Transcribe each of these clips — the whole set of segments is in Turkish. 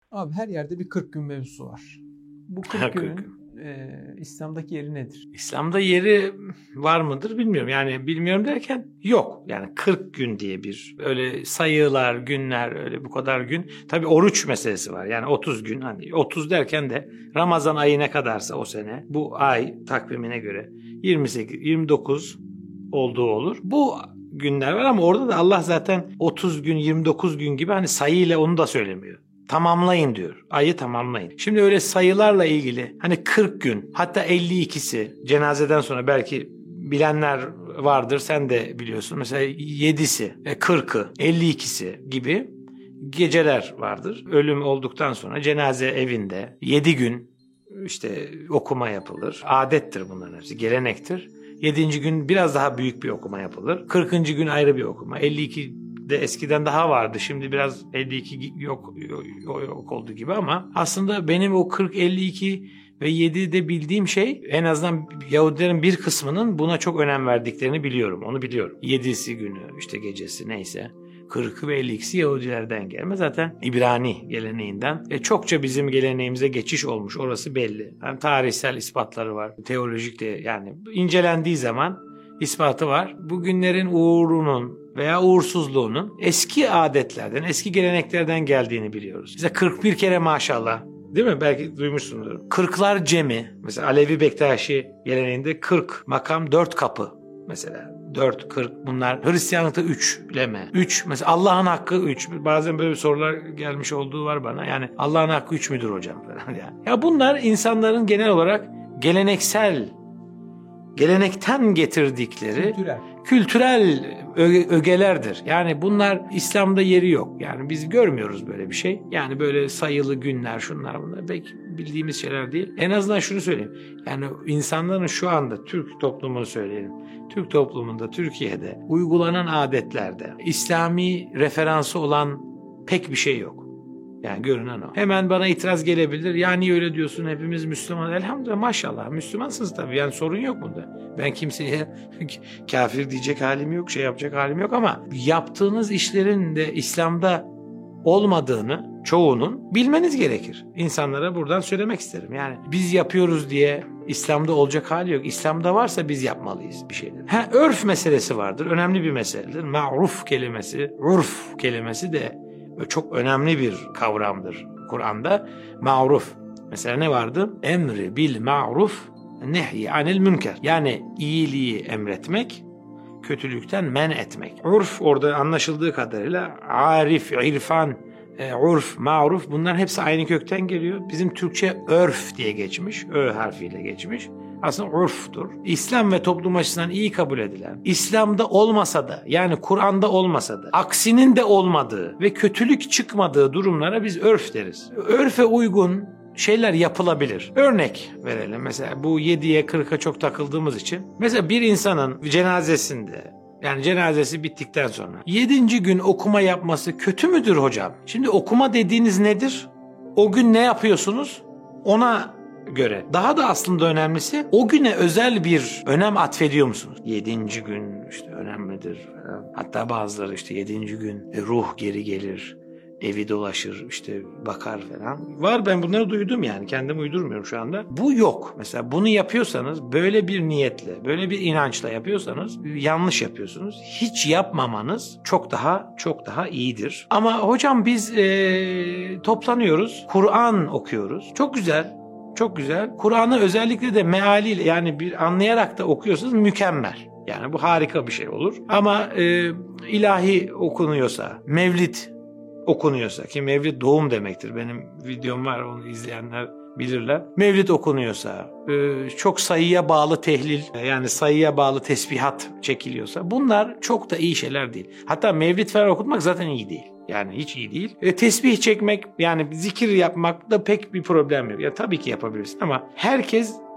Abi her yerde bir 40 gün mevzusu var. Bu 40 günün İslam'daki yeri nedir? İslam'da yeri var mıdır bilmiyorum. Yani bilmiyorum derken yok. Yani 40 gün diye bir öyle sayılar, günler, öyle bu kadar gün. Tabii oruç meselesi var. Yani 30 gün, hani 30 derken de Ramazan ayı ne kadarsa o sene, bu ay takvimine göre 28, 29 olduğu olur. Bu günler var ama orada da Allah zaten 30 gün, 29 gün gibi hani sayıyla onu da söylemiyor. Tamamlayın diyor. Ayı tamamlayın. Şimdi öyle sayılarla ilgili hani 40 gün, hatta 52'si cenazeden sonra, belki bilenler vardır, sen de biliyorsun. Mesela 7'si, 40'ı, 52'si gibi geceler vardır. Ölüm olduktan sonra cenaze evinde 7 gün işte okuma yapılır. Adettir bunların hepsi, gelenektir. 7. gün biraz daha büyük bir okuma yapılır. 40. gün ayrı bir okuma. 52 de eskiden daha vardı. Şimdi biraz 52 yok oldu gibi ama aslında benim o 40, 52 ve 7'de bildiğim şey, en azından Yahudilerin bir kısmının buna çok önem verdiklerini biliyorum. Onu biliyorum. 7'si günü, işte gecesi neyse. 40'ı ve 52'si Yahudilerden gelme. Zaten İbrani geleneğinden. Çokça bizim geleneğimize geçiş olmuş. Orası belli. Hem tarihsel ispatları var. Teolojik de, yani incelendiği zaman ispatı var. Bu günlerin uğurunun veya uğursuzluğunun eski adetlerden, eski geleneklerden geldiğini biliyoruz. Mesela 41 kere maşallah, değil mi? Belki duymuşsunuzdur. 40'lar cemi. Mesela Alevi Bektaşi geleneğinde 40 makam 4 kapı. Mesela 4, 40 bunlar. Hristiyanlıkta 3 leme. 3 mesela Allah'ın hakkı 3. Bazen böyle sorular gelmiş olduğu var bana. Yani Allah'ın hakkı 3 müdür hocam falan yani. Ya bunlar insanların genel olarak gelenekten getirdikleri kültürel ögelerdir. Yani bunlar İslam'da yeri yok. Yani biz görmüyoruz böyle bir şey. Yani böyle sayılı günler, şunlar bunlar pek bildiğimiz şeyler değil. En azından şunu söyleyeyim. Yani insanların şu anda, Türk toplumunu söyleyelim. Türk toplumunda, Türkiye'de uygulanan adetlerde İslami referansı olan pek bir şey yok. Yani görünen o. Hemen bana itiraz gelebilir. Ya niye öyle diyorsun? Hepimiz Müslüman. Elhamdülillah, maşallah. Müslümansınız tabii. Yani sorun yok bunda. Ben kimseye kafir diyecek halim yok, şey yapacak halim yok ama yaptığınız işlerin de İslam'da olmadığını, çoğunun bilmeniz gerekir. İnsanlara buradan söylemek isterim. Yani biz yapıyoruz diye İslam'da olacak hali yok. İslam'da varsa biz yapmalıyız bir şeyler. Örf meselesi vardır. Önemli bir meseledir. Ma'ruf kelimesi, urf kelimesi de çok önemli bir kavramdır Kur'an'da. Ma'ruf. Mesela ne vardı? Emri bil ma'ruf, nehyi anil münker. Yani iyiliği emretmek, kötülükten men etmek. Urf, orada anlaşıldığı kadarıyla arif, irfan, urf, ma'ruf, bunların hepsi aynı kökten geliyor. Bizim Türkçe örf diye geçmiş. Ö harfiyle geçmiş. Aslında urftur. İslam ve toplum açısından iyi kabul edilen, İslam'da olmasa da, yani Kur'an'da olmasa da, aksinin de olmadığı ve kötülük çıkmadığı durumlara biz örf deriz. Örfe uygun şeyler yapılabilir. Örnek verelim. Mesela bu 7'ye 40'a çok takıldığımız için. Mesela bir insanın cenazesinde, yani cenazesi bittikten sonra 7. gün okuma yapması kötü müdür hocam? Şimdi okuma dediğiniz nedir? O gün ne yapıyorsunuz? Ona göre. Daha da aslında önemlisi, o güne özel bir önem atfediyor musunuz? 7. gün işte önemlidir falan. Hatta bazıları işte 7. gün ruh geri gelir, evi dolaşır, işte bakar falan. Var, ben bunları duydum, yani kendim uydurmuyorum şu anda. Bu yok. Mesela bunu yapıyorsanız, böyle bir niyetle, böyle bir inançla yapıyorsanız yanlış yapıyorsunuz. Hiç yapmamanız çok daha iyidir. Ama hocam biz toplanıyoruz, Kur'an okuyoruz. Çok güzel. Çok güzel. Kur'an'ı özellikle de mealiyle, yani bir anlayarak da okuyorsanız mükemmel. Yani bu harika bir şey olur. Ama ilahi okunuyorsa, mevlid okunuyorsa, ki mevlid doğum demektir. Benim videom var, onu izleyenler bilirler. Mevlid okunuyorsa, çok sayıya bağlı tehlil, yani sayıya bağlı tesbihat çekiliyorsa, bunlar çok da iyi şeyler değil. Hatta mevlid falan okutmak zaten iyi değil. Yani hiç iyi değil. Tesbih çekmek, yani zikir yapmak da pek bir problem yok. Ya tabii ki yapabilirsin ama herkes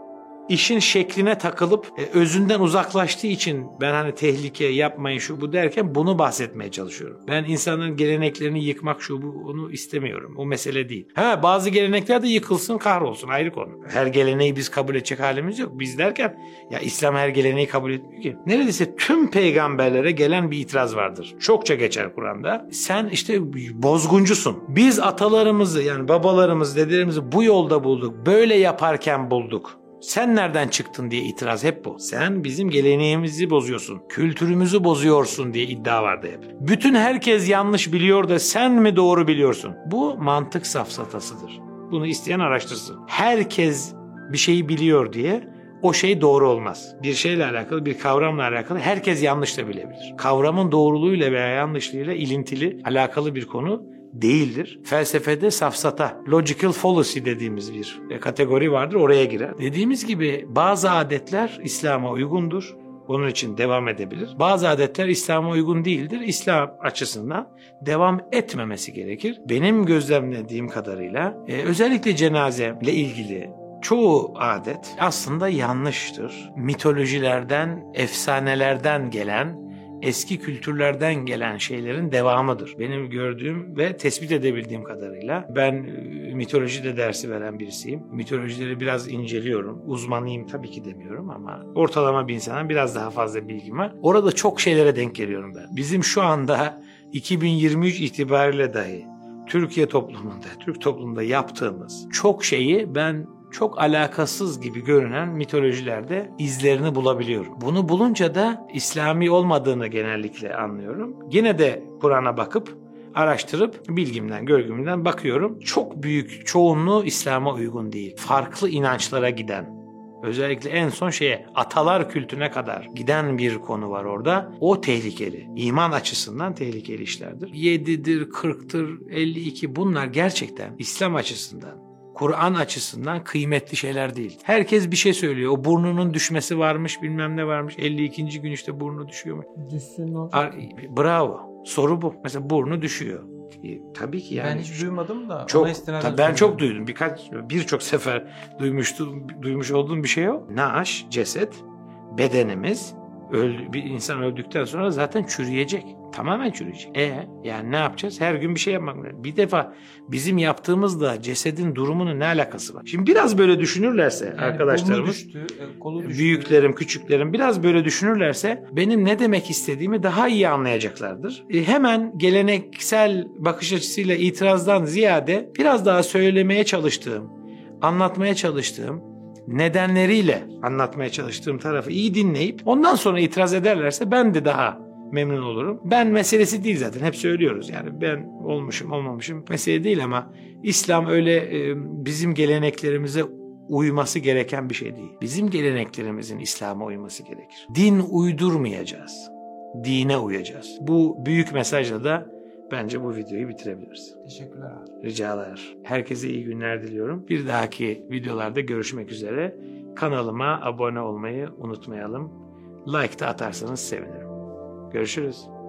işin şekline takılıp özünden uzaklaştığı için ben hani tehlike yapmayın şu bu derken bunu bahsetmeye çalışıyorum. Ben insanların geleneklerini yıkmak şu bu onu istemiyorum. O mesele değil. Bazı gelenekler de yıkılsın kahrolsun ayrı konu. Her geleneği biz kabul edecek halimiz yok. Biz derken ya İslam her geleneği kabul etmiyor ki. Neredeyse tüm peygamberlere gelen bir itiraz vardır. Çokça geçer Kur'an'da. Sen işte bozguncusun. Biz atalarımızı yani babalarımızı, dedelerimizi bu yolda bulduk. Böyle yaparken bulduk. Sen nereden çıktın diye itiraz hep bu. Sen bizim geleneğimizi bozuyorsun. Kültürümüzü bozuyorsun diye iddia vardı hep. Bütün herkes yanlış biliyor da sen mi doğru biliyorsun? Bu mantık safsatasıdır. Bunu isteyen araştırsın. Herkes bir şeyi biliyor diye o şey doğru olmaz. Bir şeyle alakalı, bir kavramla alakalı herkes yanlış da bilebilir. Kavramın doğruluğuyla veya yanlışlığıyla ilintili, alakalı bir konu değildir. Felsefede safsata, logical fallacy dediğimiz bir kategori vardır, oraya girer. Dediğimiz gibi bazı adetler İslam'a uygundur. Onun için devam edebilir. Bazı adetler İslam'a uygun değildir. İslam açısından devam etmemesi gerekir. Benim gözlemlediğim kadarıyla özellikle cenazeyle ilgili çoğu adet aslında yanlıştır. Mitolojilerden, efsanelerden gelen, eski kültürlerden gelen şeylerin devamıdır. Benim gördüğüm ve tespit edebildiğim kadarıyla ben mitolojide dersi veren birisiyim. Mitolojileri biraz inceliyorum. Uzmanıyım tabii ki demiyorum ama ortalama bir insandan biraz daha fazla bilgim var. Orada çok şeylere denk geliyorum ben. Bizim şu anda 2023 itibariyle dahi Türkiye toplumunda, Türk toplumunda yaptığımız çok şeyi ben çok alakasız gibi görünen mitolojilerde izlerini bulabiliyorum. Bunu bulunca da İslami olmadığını genellikle anlıyorum. Yine de Kur'an'a bakıp, araştırıp, bilgimden, görgümden bakıyorum. Çok büyük çoğunluğu İslam'a uygun değil. Farklı inançlara giden, özellikle en son atalar kültüne kadar giden bir konu var orada. O tehlikeli. İman açısından tehlikeli işlerdir. 7'dir, 40'tır, 52 bunlar gerçekten İslam açısından, Kur'an açısından kıymetli şeyler değil. Herkes bir şey söylüyor. O burnunun düşmesi varmış, bilmem ne varmış. 52. gün işte burnu düşüyormuş. Düşsün ne olacak? Bravo. Soru bu. Mesela burnu düşüyor. Tabii ki yani. Ben hiç duymadım da. Çok, ben çok duydum. Birçok sefer duymuş olduğum bir şey o. Naaş, ceset, bedenimiz bir insan öldükten sonra zaten çürüyecek. Tamamen çürüyecek. Yani ne yapacağız? Her gün bir şey yapmak lazım. Bir defa bizim yaptığımızla cesedin durumunun ne alakası var? Şimdi biraz böyle düşünürlerse yani arkadaşlarımız, kolu düştü, büyüklerim, küçüklerim biraz böyle düşünürlerse benim ne demek istediğimi daha iyi anlayacaklardır. Hemen geleneksel bakış açısıyla itirazdan ziyade biraz daha söylemeye çalıştığım, anlatmaya çalıştığım, nedenleriyle anlatmaya çalıştığım tarafı iyi dinleyip ondan sonra itiraz ederlerse ben de daha memnun olurum. Ben meselesi değil zaten. Hep söylüyoruz. Yani ben olmuşum olmamışım mesele değil ama İslam öyle bizim geleneklerimize uyması gereken bir şey değil. Bizim geleneklerimizin İslam'a uyması gerekir. Din uydurmayacağız. Dine uyacağız. Bu büyük mesajla da bence bu videoyu bitirebiliriz. Teşekkürler abi. Ricalar. Herkese iyi günler diliyorum. Bir dahaki videolarda görüşmek üzere. Kanalıma abone olmayı unutmayalım. Like da atarsanız sevinirim. Görüşürüz.